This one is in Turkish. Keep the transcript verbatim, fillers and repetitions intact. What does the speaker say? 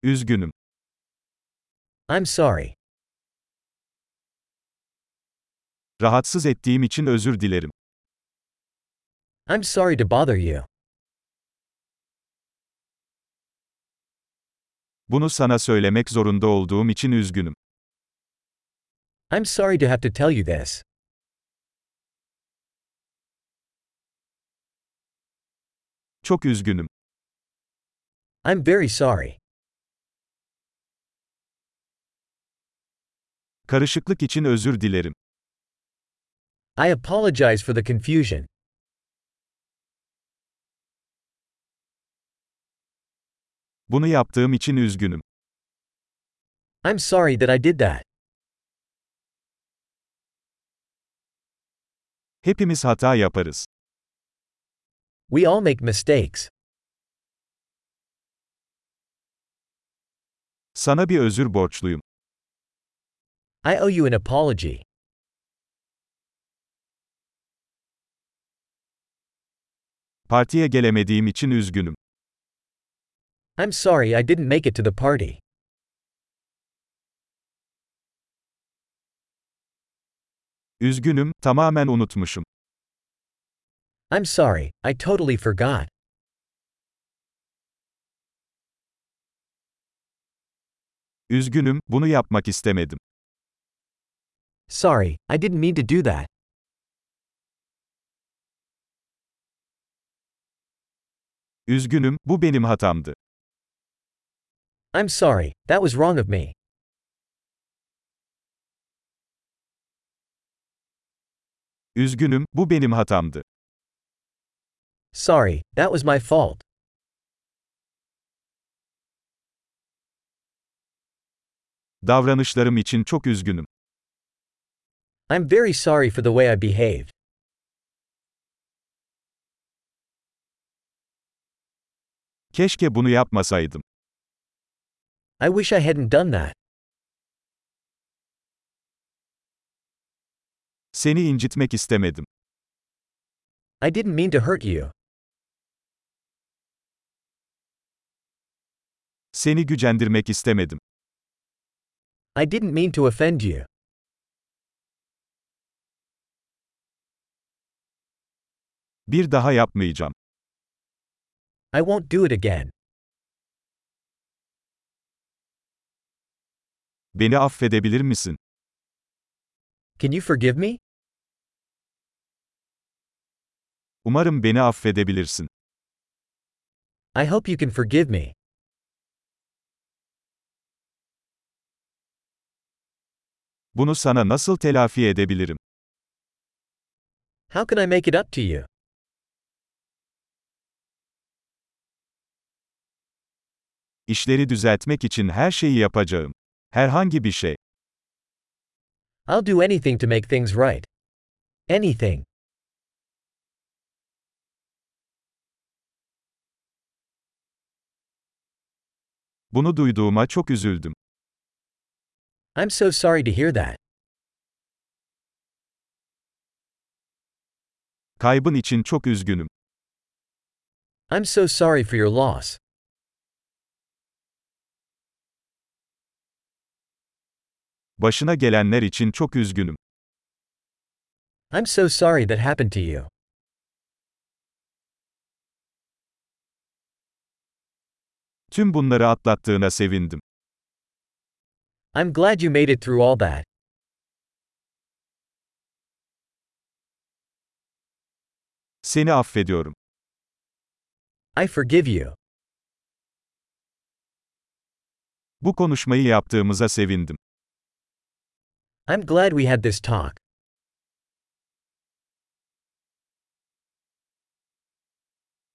Üzgünüm. I'm sorry. Rahatsız ettiğim için özür dilerim. I'm sorry to bother you. Bunu sana söylemek zorunda olduğum için üzgünüm. I'm sorry to have to tell you this. Çok üzgünüm. I'm very sorry. Karışıklık için özür dilerim. I apologize for the confusion. Bunu yaptığım için üzgünüm. I'm sorry that I did that. Hepimiz hata yaparız. We all make mistakes. Sana bir özür borçluyum. I owe you an apology. Partiye gelemediğim için üzgünüm. I'm sorry I didn't make it to the party. Üzgünüm, tamamen unutmuşum. I'm sorry, I totally forgot. Üzgünüm, bunu yapmak istemedim. Sorry, I didn't mean to do that. Üzgünüm, bu benim hatamdı. I'm sorry, that was wrong of me. Üzgünüm, bu benim hatamdı. Sorry, that was my fault. Davranışlarım için çok üzgünüm. I'm very sorry for the way I behaved. Keşke bunu yapmasaydım. I wish I hadn't done that. Seni incitmek istemedim. I didn't mean to hurt you. Seni gücendirmek istemedim. I didn't mean to offend you. Bir daha yapmayacağım. I won't do it again. Beni affedebilir misin? Can you forgive me? Umarım beni affedebilirsin. I hope you can forgive me. Bunu sana nasıl telafi edebilirim? How can I make it up to you? İşleri düzeltmek için her şeyi yapacağım. Herhangi bir şey. I'll do anything to make things right. Anything. Bunu duyduğuma çok üzüldüm. I'm so sorry to hear that. Kaybın için çok üzgünüm. I'm so sorry for your loss. Başına gelenler için çok üzgünüm. I'm so sorry that happened to you. Tüm bunları atlattığına sevindim. I'm glad you made it through all that. Seni affediyorum. I forgive you. Bu konuşmayı yaptığımıza sevindim. I'm glad we had this talk.